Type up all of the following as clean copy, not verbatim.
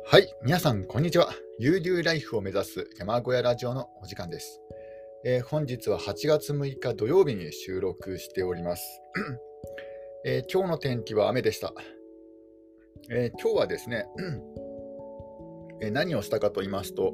はい、皆さん、こんにちは。悠々ライフを目指す山小屋ラジオのお時間です。本日は8月6日土曜日に収録しております。今日の天気は雨でした。今日はですね、何をしたかと言いますと、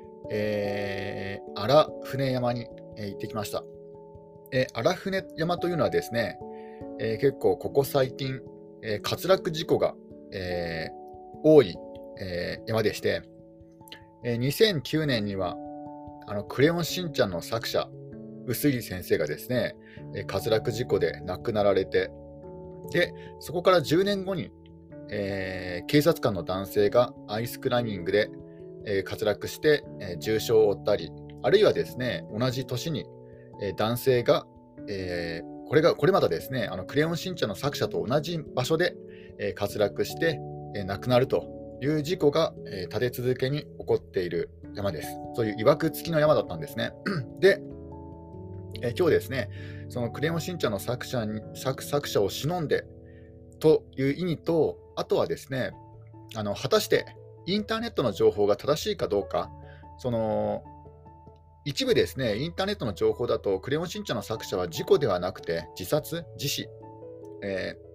荒船山に、行ってきました。荒船山というのはですね、結構ここ最近、滑落事故が、多い、山でして、2009年にはクレヨンしんちゃんの作者、臼井先生がですね、滑落事故で亡くなられて、でそこから10年後に、警察官の男性がアイスクライミングで、滑落して、重傷を負ったり、あるいはですね、同じ年に、男性が、これまたですね、クレヨンしんちゃんの作者と同じ場所で、滑落して、亡くなるという事故が、立て続けに起こっている山です。そういう曰く付きの山だったんですね。で、今日ですね、そのクレヨンしんちゃんの作者を偲んでという意味と、あとはですね、果たしてインターネットの情報が正しいかどうか、その一部ですね、インターネットの情報だと、クレヨンしんちゃんの作者は事故ではなくて自死、えー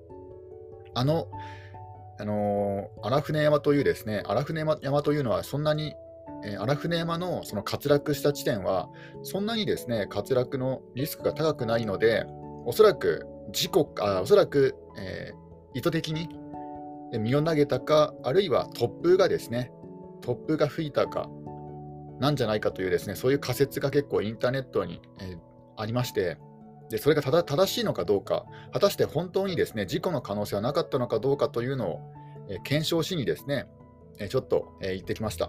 荒船山というですね、荒船山というのはそんなに、荒船山のその滑落した地点は、そんなにですね、滑落のリスクが高くないので、おそらくおそらく、意図的に身を投げたか、あるいは突風が吹いたか、なんじゃないかというですね、そういう仮説が結構インターネットに、ありまして、でそれが正しいのかどうか、果たして本当にですね、事故の可能性はなかったのかどうかというのを、検証しにですね、ちょっと、行ってきました。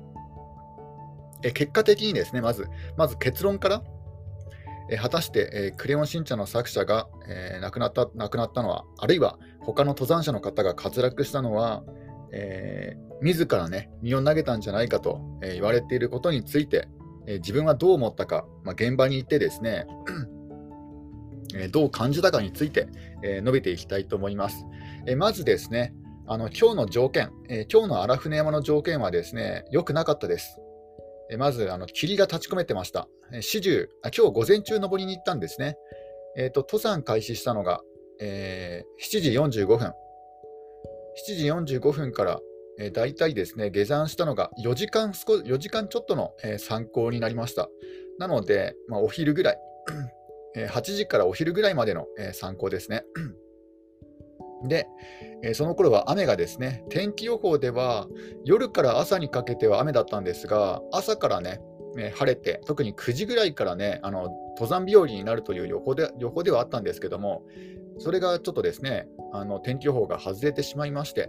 結果的にですね、まず結論から、果たして、クレヨンしんちゃんの作者が、亡くなったのは、あるいは他の登山者の方が滑落したのは、自らね、身を投げたんじゃないかと、言われていることについて、自分はどう思ったか、現場に行ってですね、どう感じたかについて、述べていきたいと思います。まずですね、今日の条件、今日の荒船山の条件はですね、良くなかったです。まず霧が立ち込めてました。今日午前中登りに行ったんですね。登山開始したのが、7時45分。7時45分から、だいたいですね、下山したのが4時間ちょっとの、参考になりました。なので、お昼ぐらい、8時からお昼ぐらいまでの、参考ですね。で、その頃は雨がですね、天気予報では夜から朝にかけては雨だったんですが、朝からね、晴れて、特に9時ぐらいからね、登山日和になるという予報ではあったんですけども、それがちょっとですね、天気予報が外れてしまいまして、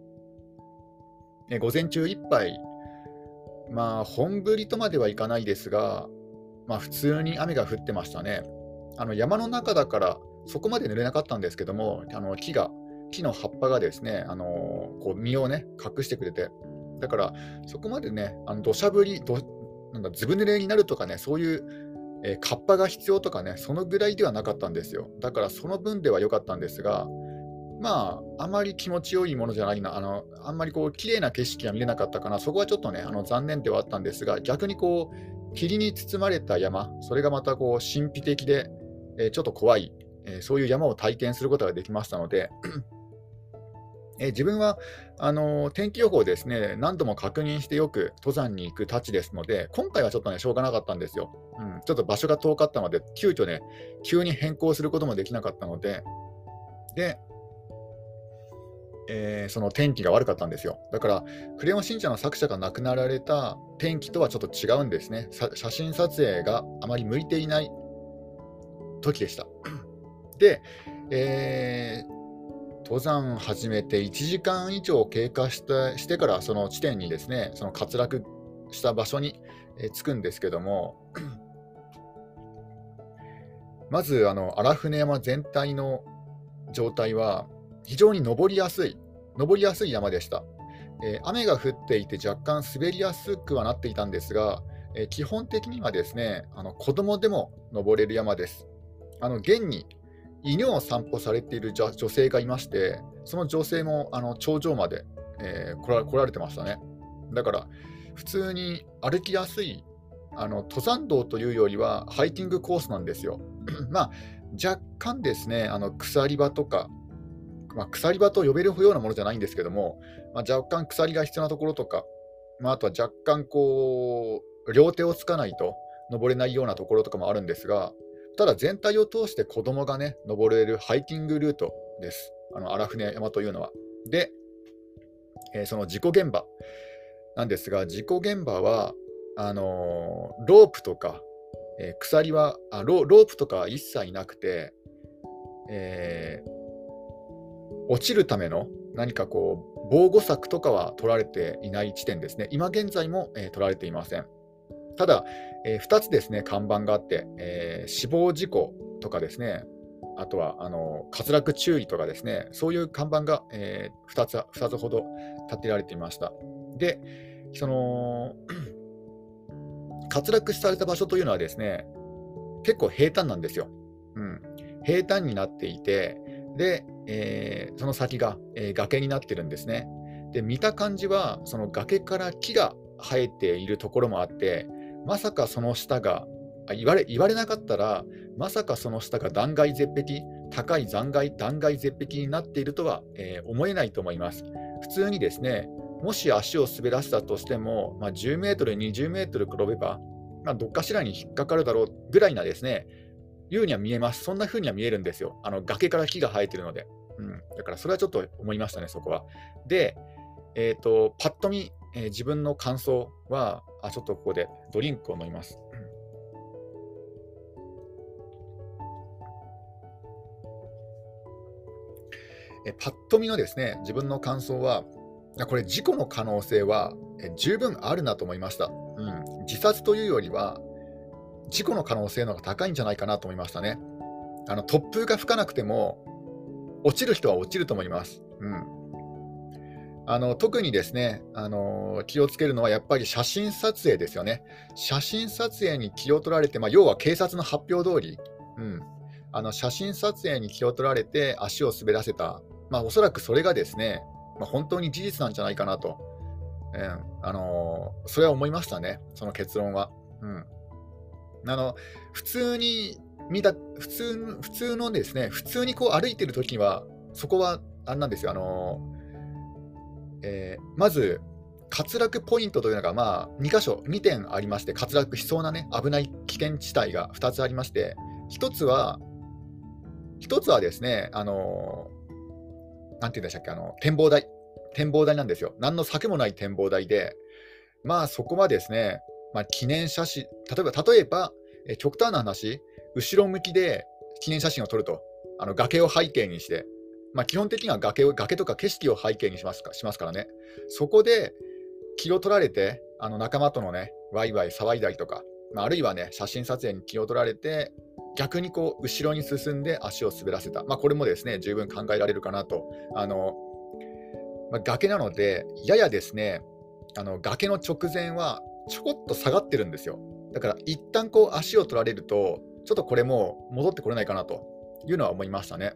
午前中いっぱい、本降りとまではいかないですが、普通に雨が降ってましたね。山の中だから、そこまで濡れなかったんですけども、木の葉っぱがですね、こう実をね、隠してくれて、だから、そこまでね、土砂降り、なんだ、ずぶ濡れになるとかね、そういう、カッパが必要とかね、そのぐらいではなかったんですよ。だからその分では良かったんですが、あまり気持ちよいものじゃないな、あんまりこう綺麗な景色が見れなかったかな、そこはちょっとね、残念ではあったんですが、逆にこう、霧に包まれた山、それがまたこう神秘的で、ちょっと怖い、そういう山を体験することができましたので、自分は天気予報をですね、何度も確認してよく登山に行くたちですので、今回はちょっとね、しょうがなかったんですよ。ちょっと場所が遠かったので、急に変更することもできなかったので、で、その天気が悪かったんですよ。だから、クレヨンしんちゃんの作者が亡くなられた天気とはちょっと違うんですね。写真撮影があまり向いていない時でした。で、登山始めて1時間以上経過してから、その地点にですね、その滑落した場所に着くんですけども、まず荒船山全体の状態は非常に登りやすい山でした。雨が降っていて若干滑りやすくはなっていたんですが、基本的にはですね、子供でも登れる山です。現に犬を散歩されている女性がいまして、その女性も頂上まで、 来られてましたね。だから、普通に歩きやすい、登山道というよりは、ハイキングコースなんですよ。まあ、若干ですね、鎖場とか、鎖場と呼べるようなものじゃないんですけども、若干鎖が必要なところとか、あとは若干両手をつかないと登れないようなところとかもあるんですが、ただ全体を通して子供がね、登れるハイキングルートです。荒船山というのは。で、その事故現場なんですが、事故現場は、ロープとか、鎖はロープとかは一切なくて、落ちるための何か防護柵とかは取られていない地点ですね。今現在も、取られていません。ただ、2つですね、看板があって、死亡事故とかですね、あとは滑落注意とかですね、そういう看板が、2つほど立てられていました。で、その滑落された場所というのはですね、結構平坦なんですよ。平坦になっていて、で、その先が、崖になってるんですね。で、見た感じは、その崖から木が生えているところもあって、まさかその下が、言われなかったら、まさかその下が断崖絶壁、高い断崖絶壁になっているとは、思えないと思います。普通にですね、もし足を滑らせたとしても、10メートル、20メートル転べば、どっかしらに引っかかるだろうぐらいなですね、いうには見えます。そんな風には見えるんですよ。崖から木が生えてるので。だからそれはちょっと思いましたね、そこは。で、パッと見、自分の感想は、ちょっとここでドリンクを飲みます。パッと見のですね、自分の感想は、これ事故の可能性は十分あるなと思いました。自殺というよりは、事故の可能性の方が高いんじゃないかなと思いましたね。突風が吹かなくても、落ちる人は落ちると思います。特にですね、気をつけるのはやっぱり写真撮影ですよね。写真撮影に気を取られて、要は警察の発表通り、写真撮影に気を取られて足を滑らせた、おそらくそれがですね、本当に事実なんじゃないかなと、それは思いましたね、その結論は。普通に普通のですね、普通に歩いてるときには、そこはあれなんですよ、まず、滑落ポイントというのが、2点ありまして、滑落しそうなね、危ない危険地帯が2つありまして、1つはですね、なんて言うんでしたっけ、展望台なんですよ。何の柵もない展望台で、そこはですね、記念写真、例えば、極端な話、後ろ向きで記念写真を撮ると、崖を背景にして、基本的には崖とか景色を背景にしますからね。そこで気を取られて、仲間とのね、ワイワイ騒いだりとか、あるいはね、写真撮影に気を取られて、逆に後ろに進んで足を滑らせた。これもですね、十分考えられるかなと。崖なので、ややですね、崖の直前はちょこっと下がってるんですよ。だから一旦足を取られると、ちょっとこれもう戻ってこれないかなというのは思いましたね。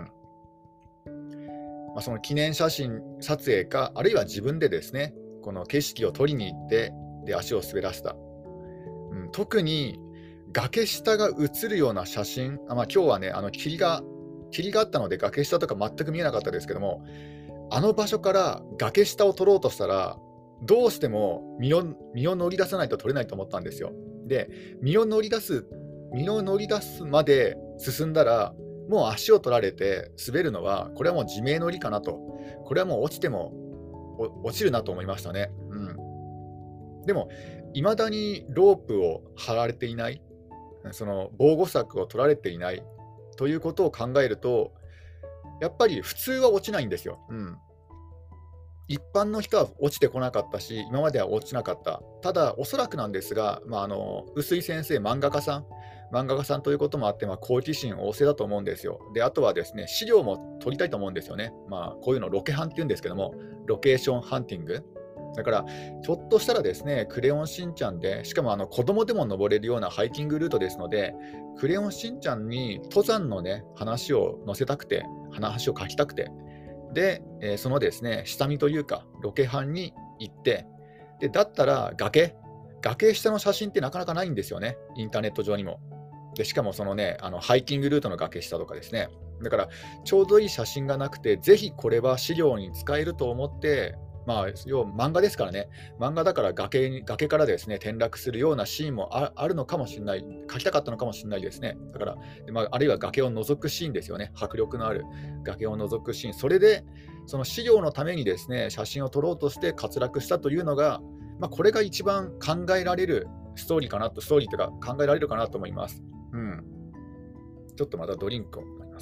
その記念写真撮影か、あるいは自分でですね、この景色を撮りに行って、で足を滑らせた。特に崖下が映るような写真、今日はね、霧があったので、崖下とか全く見えなかったですけども、あの場所から崖下を撮ろうとしたら、どうしても身を乗り出さないと撮れないと思ったんですよ。で、身を乗り出すまで進んだら、もう足を取られて滑るのは、これはもう自明の理かなと。これはもう落ちても落ちるなと思いましたね。でも、未だにロープを張られていない、その防護柵を取られていないということを考えると、やっぱり普通は落ちないんですよ。一般の人は落ちてこなかったし、今までは落ちなかった。ただ、おそらくなんですが、臼井先生、漫画家さんということもあって、好奇心旺盛だと思うんですよ。で、あとはですね、資料も撮りたいと思うんですよね。こういうのロケハンっていうんですけども、ロケーションハンティング。だから、ひょっとしたらですね、クレヨンしんちゃんで、しかも子供でも登れるようなハイキングルートですので、クレヨンしんちゃんに登山のね、話を書きたくて、 で、そのですね、下見というか、ロケハンに行って、で、だったら崖下の写真ってなかなかないんですよね、インターネット上にも。で、しかもそのね、ハイキングルートの崖下とかですね。だから、ちょうどいい写真がなくて、ぜひこれは資料に使えると思って、要は漫画ですからね。漫画だから崖からですね、転落するようなシーンもあるのかもしれない。描きたかったのかもしれないですね。だから、あるいは崖を覗くシーンですよね。迫力のある崖を覗くシーン。それで、その資料のためにですね、写真を撮ろうとして滑落したというのが、これが一番考えられるストーリーというか考えられるかなと思います。うん。ちょっとまたドリンクを飲みます。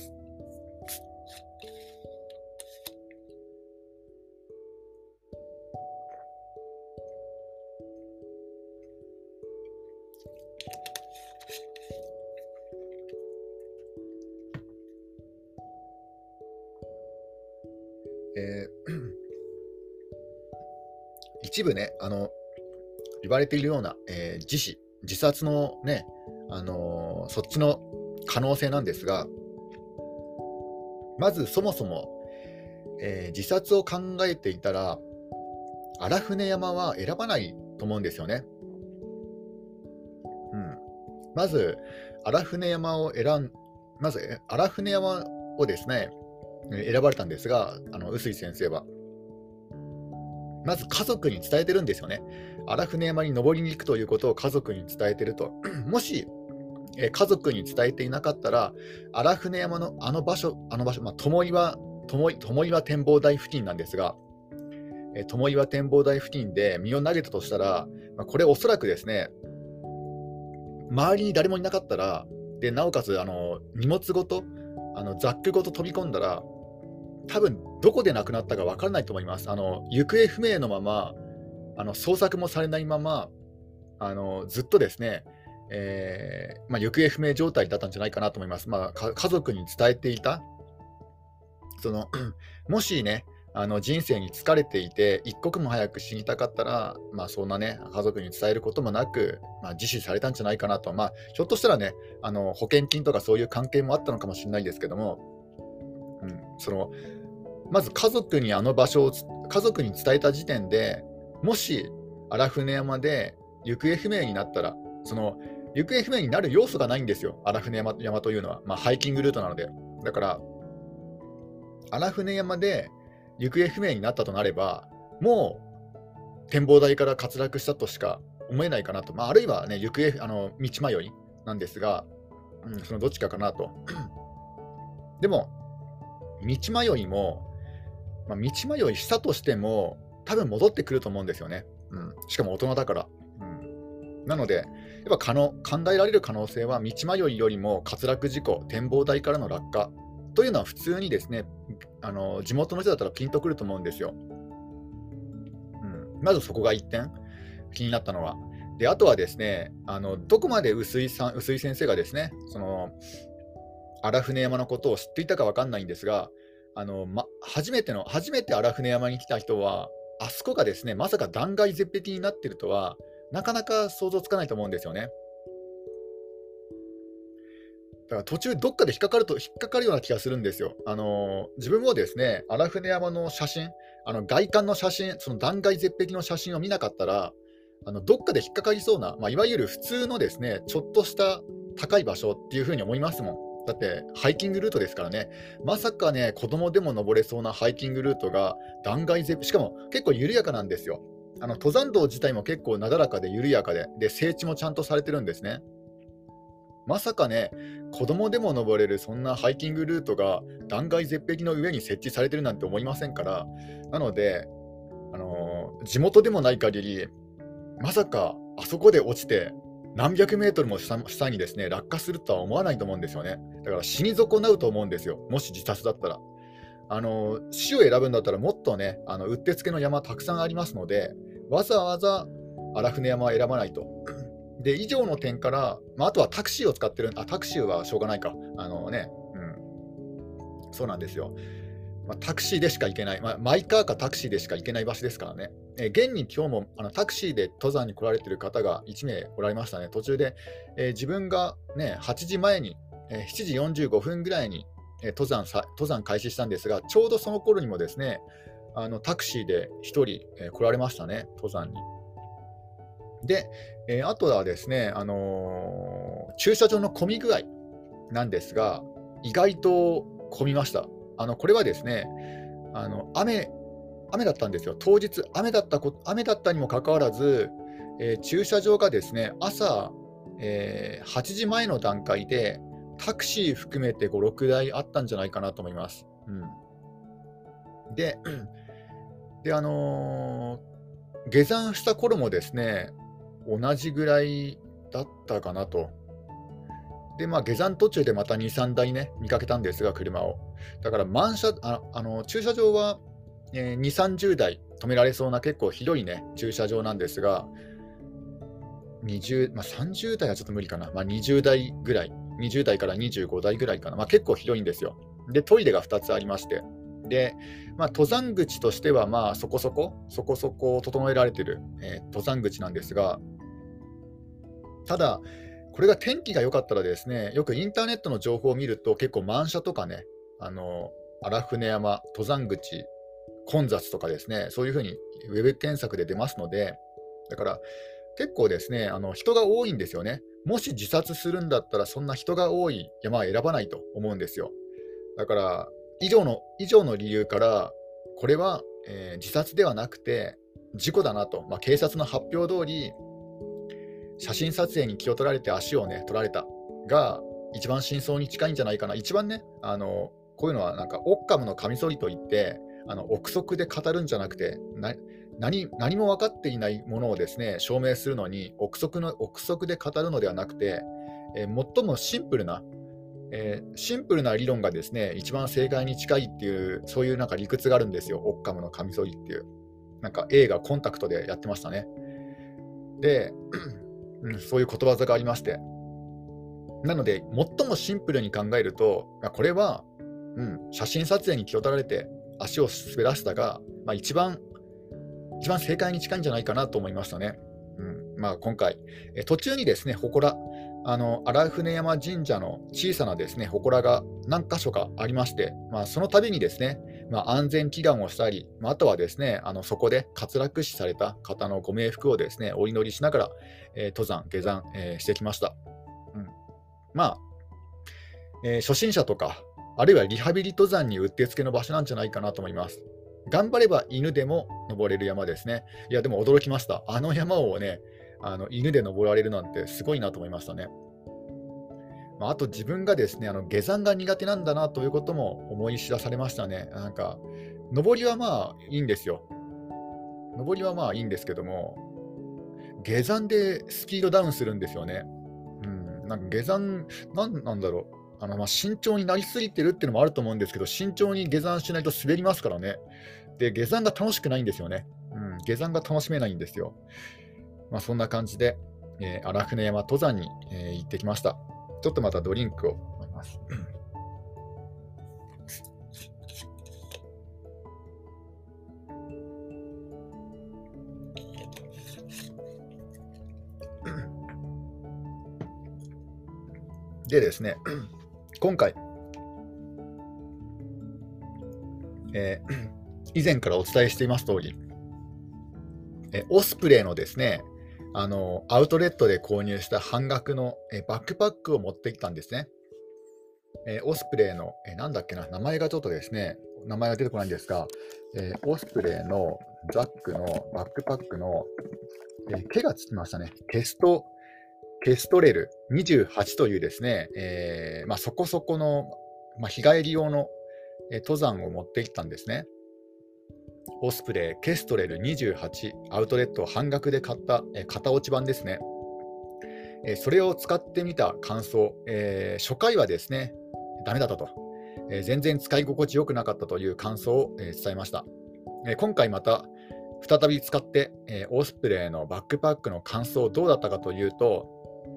一部ね、言われているような、自殺のね、そっちの可能性なんですが、まずそもそも、自殺を考えていたら、荒船山は選ばないと思うんですよね。うん、まず、荒船山をまず、荒船山をですね、選ばれたんですが、臼井先生は。まず家族に伝えてるんですよね。荒船山に登りに行くということを家族に伝えてると。もし、家族に伝えていなかったら、荒船山のあの場所、友岩展望台付近なんですが、友岩展望台付近で身を投げたとしたら、これおそらくですね、周りに誰もいなかったら、でなおかつ荷物ごと、ザックごと飛び込んだら、多分どこで亡くなったか分からないと思います。行方不明のまま、捜索もされないまま、ずっとですね、行方不明状態だったんじゃないかなと思います。家族に伝えていた、そのもしね、人生に疲れていて、一刻も早く死にたかったら、そんなね、家族に伝えることもなく、自死されたんじゃないかなと、ひょっとしたらね、保険金とかそういう関係もあったのかもしれないですけども、まず家族に家族に伝えた時点で、もし荒船山で行方不明になったら、行方不明になる要素がないんですよ、荒船山というのは、ハイキングルートなので。だから、荒船山で行方不明になったとなれば、もう展望台から滑落したとしか思えないかなと、あるいはね、道迷いなんですが、そのどっちかかなと。でも、道迷いも、道迷いしたとしても、多分戻ってくると思うんですよね。しかも大人だから。なので、やっぱ考えられる可能性は、道迷いよりも滑落事故、展望台からの落下というのは普通にですね、地元の人だったらピンとくると思うんですよ。まずそこが一点、気になったのは。で、あとはですね、どこまで臼井先生がですね、荒船山のことを知っていたか分かんないんですが、初めて荒船山に来た人は、あそこがですね、まさか断崖絶壁になっているとは、なかなか想像つかないと思うんですよね。だから途中どっかで引っかかるような気がするんですよ。自分もですね、荒船山の写真、外観の写真、その断崖絶壁の写真を見なかったら、どっかで引っかかりそうな、いわゆる普通のですね、ちょっとした高い場所っていうふうに思いますもん。だってハイキングルートですからね、まさかね、子供でも登れそうなハイキングルートが断崖絶壁、しかも結構緩やかなんですよ。登山道自体も結構なだらかで緩やかで、整地もちゃんとされてるんですね。まさかね、子供でも登れるそんなハイキングルートが断崖絶壁の上に設置されてるなんて思いませんから、なので、地元でもない限り、まさかあそこで落ちて、何百メートルも下にですね、落下するとは思わないと思うんですよね。だから死に損なうと思うんですよ、もし自殺だったら。死を選ぶんだったらもっとね、うってつけの山たくさんありますので、わざわざ荒船山は選ばないと。で、以上の点から、あとはタクシーを使ってる、タクシーはしょうがないか。そうなんですよ。タクシーでしか行けない、マイカーかタクシーでしか行けない場所ですからね。現に今日もタクシーで登山に来られている方が1名おられましたね。途中で、自分が、ね、8時前に、7時45分ぐらいに登山開始したんですが、ちょうどその頃にもですね、タクシーで1人、来られましたね、登山に。で、あとはですね、駐車場の混み具合なんですが、意外と混みました。これはですね、あの雨雨だったんですよ。当日、雨だったにもかかわらず、駐車場がですね、朝、8時前の段階で、タクシー含めて5、6台あったんじゃないかなと思います。で、で下山した頃もですね、同じぐらいだったかなと。で、下山途中でまた2、3台ね、見かけたんですが、車を。だから駐車場は、2、30台止められそうな結構広いね、駐車場なんですが、30台はちょっと無理かな。20台ぐらい、20台から25台ぐらいかな。結構広いんですよ。で、トイレが2つありまして。で、登山口としては、そこそこ整えられてる、登山口なんですが、ただ、これが天気が良かったらですね、よくインターネットの情報を見ると、結構満車とかね、荒船山登山口混雑とかですね、そういうふうにウェブ検索で出ますので、だから結構ですね、人が多いんですよね。もし自殺するんだったら、そんな人が多い山は選ばないと思うんですよ。だから、以上の理由から、これは、自殺ではなくて、事故だなと、警察の発表通り、写真撮影に気を取られて足をね、取られたが、一番真相に近いんじゃないかな。一番ね、こういうのはなんか、オッカムのカミソリといって、憶測で語るんじゃなくて、何も分かっていないものをですね、証明するのに、憶測で語るのではなくて、最もシンプルな理論がですね、一番正解に近いっていう、そういうなんか理屈があるんですよ、オッカムのカミソリっていう。なんか映画、コンタクトでやってましたね。で、そういうことわざがありまして。なので、最もシンプルに考えると、これは、写真撮影に気を取られて足を滑らせたが、一番正解に近いんじゃないかなと思いましたね。今回、途中にですね、祠、荒船山神社の小さなですね、祠が何箇所かありまして、その度にですね、安全祈願をしたり、あとはですね、そこで滑落死された方のご冥福をですね、お祈りしながら、下山、してきました。初心者とか、あるいはリハビリ登山にうってつけの場所なんじゃないかなと思います。頑張れば犬でも登れる山ですね。いや、でも驚きました。あの山をね、犬で登られるなんてすごいなと思いましたね。あと自分がですね、下山が苦手なんだなということも思い知らされましたね。なんか、登りはいいんですよ。登りはいいんですけども、下山でスピードダウンするんですよね。なんか下山、なんだろう。慎重になりすぎてるっていうのもあると思うんですけど、慎重に下山しないと滑りますからね。で、下山が楽しくないんですよね。下山が楽しめないんですよ。そんな感じで、荒船山登山に、行ってきました。ちょっとまたドリンクを飲みます。でですね、今回、以前からお伝えしています通り、オスプレイのですね、アウトレットで購入した半額のバックパックを持ってきたんですね。オスプレイの、なんだっけな、名前がちょっとですね、名前が出てこないんですが、オスプレイのザックのバックパックの、毛がつきましたね。ケストレル28というですね、そこそこの、日帰り用の、登山を持ってきたんですね。オスプレイケストレル28アウトレットを半額で買った、型落ち版ですね。それを使ってみた感想、初回はですね、ダメだったと、全然使い心地良くなかったという感想を、伝えました。今回また再び使って、オスプレイのバックパックの感想どうだったかというと、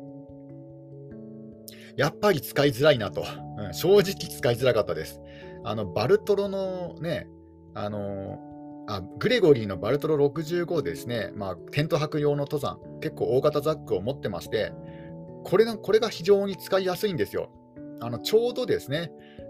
やっぱり使いづらいなと、正直使いづらかったです。バルトロのね、グレゴリーのバルトロ65ですね、テント泊用の登山、結構大型ザックを持ってまして、これが非常に使いやすいんですよ。ちょうどですね、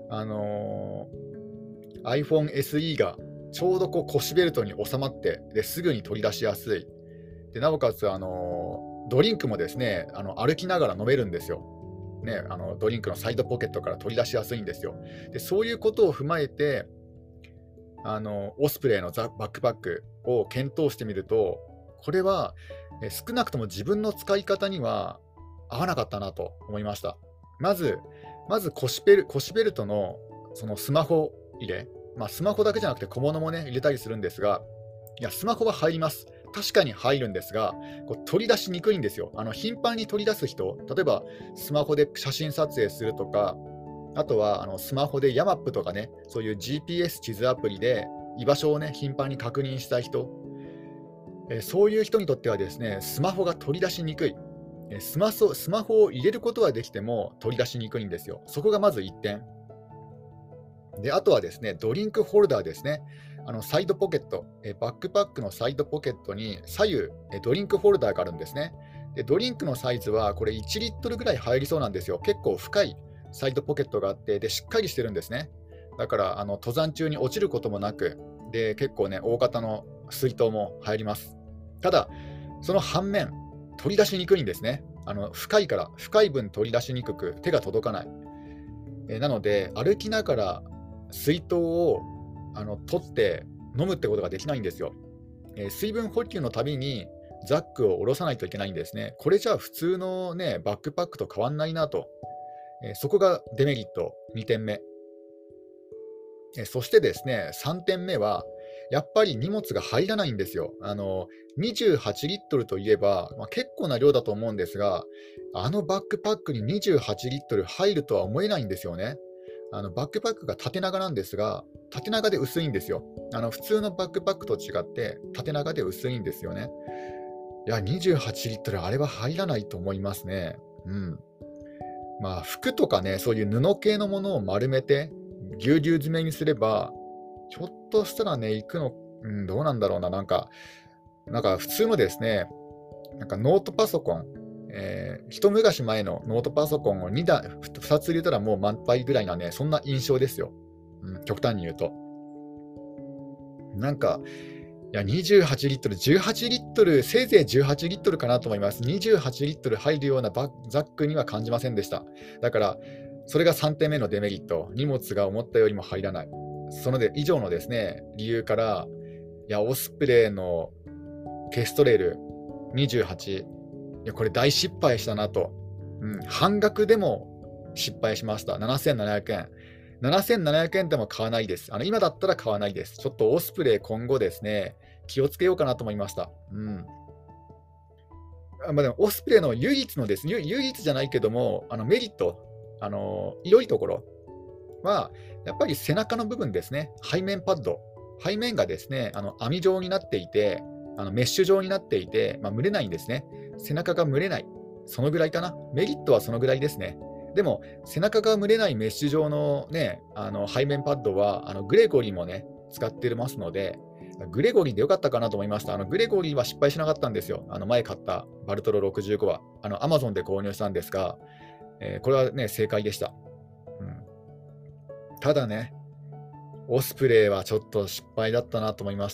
iPhone SE がちょうどこう腰ベルトに収まって、ですぐに取り出しやすい。でなおかつ、ドリンクもですね、歩きながら飲めるんですよ。ね、ドリンクのサイドポケットから取り出しやすいんですよ。で、そういうことを踏まえて、オスプレイのバックパックを検討してみると、これは少なくとも自分の使い方には合わなかったなと思いました。まず、腰ベルトのそのスマホ入れ、スマホだけじゃなくて小物もね、入れたりするんですが、いや、スマホは入ります。確かに入るんですが、こう取り出しにくいんですよ。頻繁に取り出す人、例えばスマホで写真撮影するとか、あとはスマホでヤマップとかね、そういう GPS 地図アプリで居場所をね、頻繁に確認したい人、そういう人にとってはですね、スマホが取り出しにくい。スマホを入れることはできても取り出しにくいんですよ。そこがまず1点。で、あとはですね、ドリンクホルダーですね。サイドポケット、バックパックのサイドポケットに左右、ドリンクホルダーがあるんですね。で、ドリンクのサイズはこれ1リットルぐらい入りそうなんですよ。結構深いサイドポケットがあって、で、しっかりしてるんですね。だから、登山中に落ちることもなく、で、結構ね、大型の水筒も入ります。ただ、その反面、取り出しにくいんですね。深いから、深い分取り出しにくく、手が届かない。なので、歩きながら水筒を取って飲むってことができないんですよ。水分補給のたびにザックを下ろさないといけないんですね。これじゃあ普通のね、バックパックと変わんないなと。そこがデメリット2点目。そしてですね、3点目は、やっぱり荷物が入らないんですよ。28リットルといえば、結構な量だと思うんですが、バックパックに28リットル入るとは思えないんですよね。バックパックが縦長なんですが、縦長で薄いんですよ。普通のバックパックと違って、縦長で薄いんですよね。いや、28リットル、あれは入らないと思いますね。うん。服とかね、そういう布系のものを丸めて、ぎゅうぎゅう詰めにすれば、ひょっとしたらね、行くの、どうなんだろうな、なんか普通のですね、なんかノートパソコン、一昔前のノートパソコンを2つ入れたらもう満杯ぐらいなね、そんな印象ですよ。極端に言うと。なんか、いや、28リットル、18リットル、せいぜい18リットルかなと思います。28リットル入るようなザックには感じませんでした。だから、それが3点目のデメリット。荷物が思ったよりも入らない。その以上のですね、理由から、いや、オスプレイのケストレール28、いや、これ大失敗したなと。半額でも失敗しました。7700円。7700円でも買わないです。今だったら買わないです。ちょっとオスプレイ今後ですね、気をつけようかなと思いました。でもオスプレイの唯一のですね、唯一じゃないけども、メリット、良いところは、やっぱり背中の部分ですね、背面パッド。背面がですね、網状になっていて、メッシュ状になっていて、蒸れないんですね。背中が蒸れない。そのぐらいかな。メリットはそのぐらいですね。でも、背中が蒸れないメッシュ状のね、背面パッドは、グレゴリーもね、使ってますので、グレゴリーでよかったかなと思いました。グレゴリーは失敗しなかったんですよ。前買ったバルトロ65は。Amazon で購入したんですが、これはね、正解でした。ただね、オスプレイはちょっと失敗だったなと思いました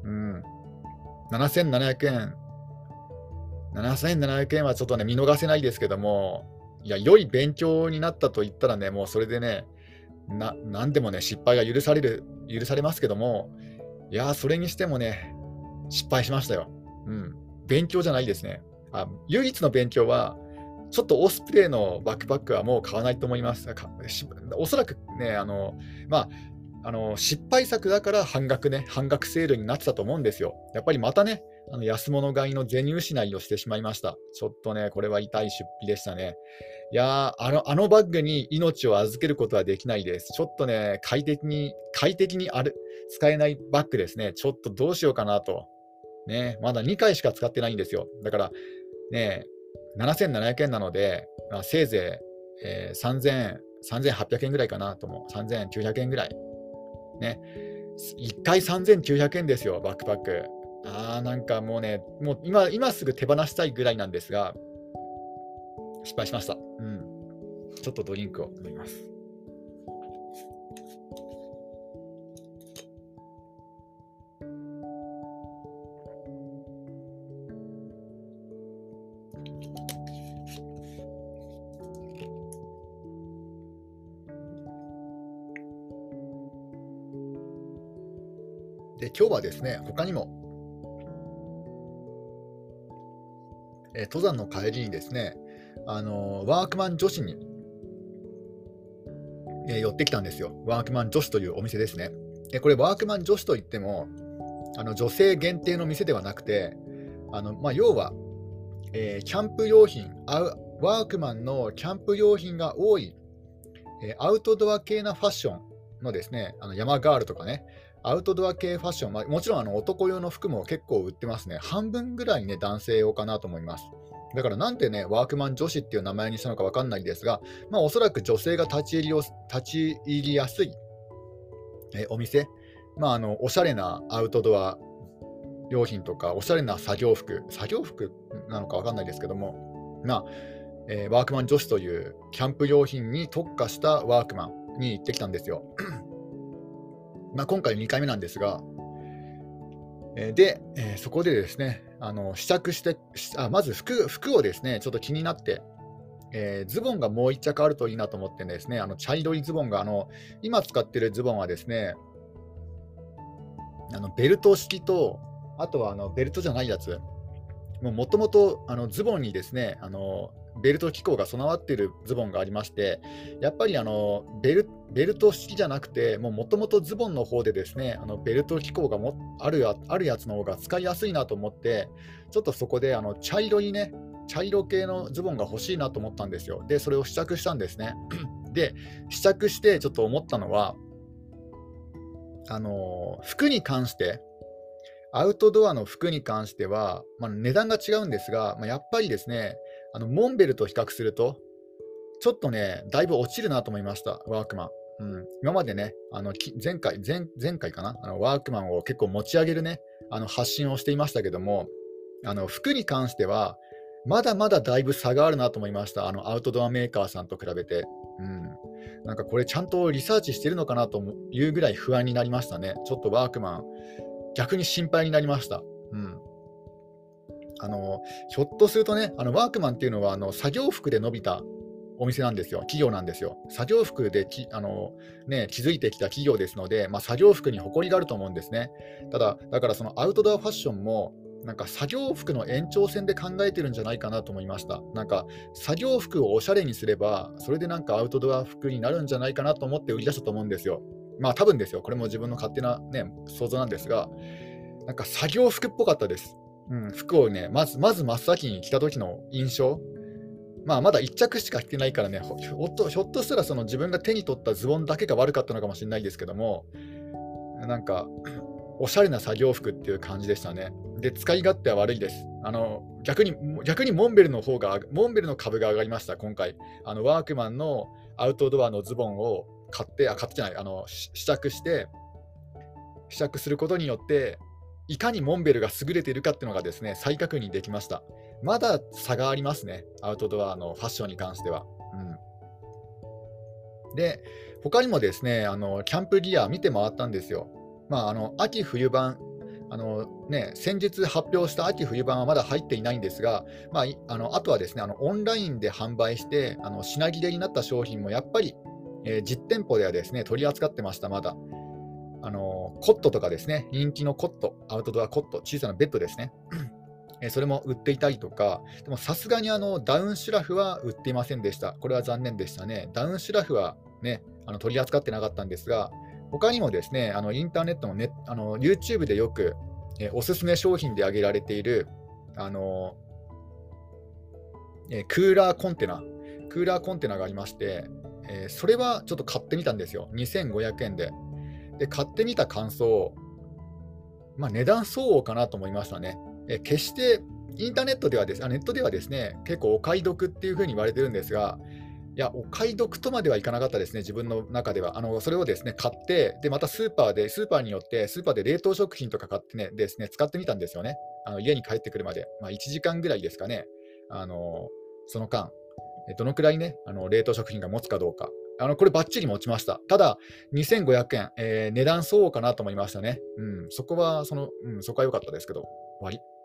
。7700円。7700円はちょっとね、見逃せないですけども、いや、良い勉強になったと言ったらね、もうそれでね、なんでもね、失敗が許されますけども、いや、それにしてもね、失敗しましたよ。勉強じゃないですね。唯一の勉強は、ちょっとオスプレイのバックパックはもう買わないと思います。おそらくね、失敗作だから半額セールになってたと思うんですよ。やっぱりまたね、安物買いの銭失いをしてしまいました。ちょっとね、これは痛い出費でしたね。いやー、あのバッグに命を預けることはできないです。ちょっとね、快適に使えないバッグですね。ちょっとどうしようかなと。ね、まだ2回しか使ってないんですよ。だから、ね、7700円なので、せいぜい、3800円ぐらいかなと思う。3900円ぐらい。ね。1回3900円ですよ、バックパック。なんかもうね、もう今すぐ手放したいぐらいなんですが、失敗しました。ちょっとドリンクを飲みます。 で、今日はですね、他にも、登山の帰りにですね、ワークマン女子に、寄ってきたんですよ。ワークマン女子というお店ですね。これ、ワークマン女子といっても、女性限定の店ではなくて、要は、キャンプ用品、ワークマンのキャンプ用品が多い、アウトドア系なファッションのですね、山ガールとかね、アウトドア系ファッション、もちろん男用の服も結構売ってますね。半分ぐらいね、男性用かなと思います。だからなんでね、ワークマン女子っていう名前にしたのかわかんないですが、おそらく女性が立ち入りやすい、お店、おしゃれなアウトドア用品とか、おしゃれな作業服なのかわかんないですけども、ワークマン女子というキャンプ用品に特化したワークマンに行ってきたんですよ。今回2回目なんですが、そこでですね、試着して、まず服をですね、ちょっと気になって、ズボンがもう1着あるといいなと思ってですね、茶色いズボンが、今使ってるズボンはですね、ベルト式と、あとはベルトじゃないやつ、もともとズボンにですね、ベルト機構が備わっているズボンがありまして、やっぱりベルト式じゃなくて、もともとズボンの方でですね、ベルト機構があるやつの方が使いやすいなと思って、ちょっとそこで茶色系のズボンが欲しいなと思ったんですよ。で、それを試着したんですね。で、試着してちょっと思ったのは、服に関して、アウトドアの服に関しては、値段が違うんですが、やっぱりですね、モンベルと比較すると、ちょっとね、だいぶ落ちるなと思いました、ワークマン。今までね、前回かな、ワークマンを結構持ち上げるね、発信をしていましたけども、服に関しては、まだまだだいぶ差があるなと思いました、アウトドアメーカーさんと比べて。なんかこれ、ちゃんとリサーチしてるのかなというぐらい不安になりましたね。ちょっとワークマン、逆に心配になりました。ひょっとするとね、ワークマンっていうのは作業服で伸びたお店なんですよ、企業なんですよ。作業服で築いてきた企業ですので、作業服に誇りがあると思うんですね。ただ、だからそのアウトドアファッションも、なんか作業服の延長線で考えてるんじゃないかなと思いました。なんか作業服をおしゃれにすれば、それでなんかアウトドア服になるんじゃないかなと思って売り出したと思うんですよ。多分ですよ、これも自分の勝手な、想像なんですが、なんか作業服っぽかったです。服をね、まず真っ先に着た時の印象、まだ1着しか着てないからね、ひょっとしたらその自分が手に取ったズボンだけが悪かったのかもしれないですけども、なんかおしゃれな作業服っていう感じでしたね。で、使い勝手は悪いです。逆にモンベルの株が上がりました、今回。ワークマンのアウトドアのズボンを買ってじゃない、試着することによって、いかにモンベルが優れているかっていうのがですね、再確認できました。まだ差がありますね、アウトドアのファッションに関しては。で、他にもですね、キャンプギア見て回ったんですよ。秋冬版、先日発表した秋冬版はまだ入っていないんですが、あとはですね、オンラインで販売して、品切れになった商品もやっぱり、実店舗ではですね、取り扱ってました、まだ。コットとかですね、人気のコット、アウトドアコット、小さなベッドですね。それも売っていたりとか、でもさすがにダウンシュラフは売っていませんでした。これは残念でしたね。ダウンシュラフはね、取り扱ってなかったんですが、他にもですね、インターネットのYouTube でよく、おすすめ商品で挙げられている、クーラーコンテナがありまして、それはちょっと買ってみたんですよ。2500円で。で、買ってみた感想、値段相応かなと思いましたね。決してインターネットではネットではですね、結構お買い得っていう風に言われてるんですが、いや、お買い得とまではいかなかったですね、自分の中では。それをですね、買って、で、またスーパーによって、スーパーで冷凍食品とか買ってね、ですね、使ってみたんですよね。家に帰ってくるまで、1時間ぐらいですかね。その間、どのくらいね、冷凍食品が持つかどうか。これバッチリ持ちました。ただ、2500円、値段相応かなと思いましたね。そこは良かったですけど、終わり。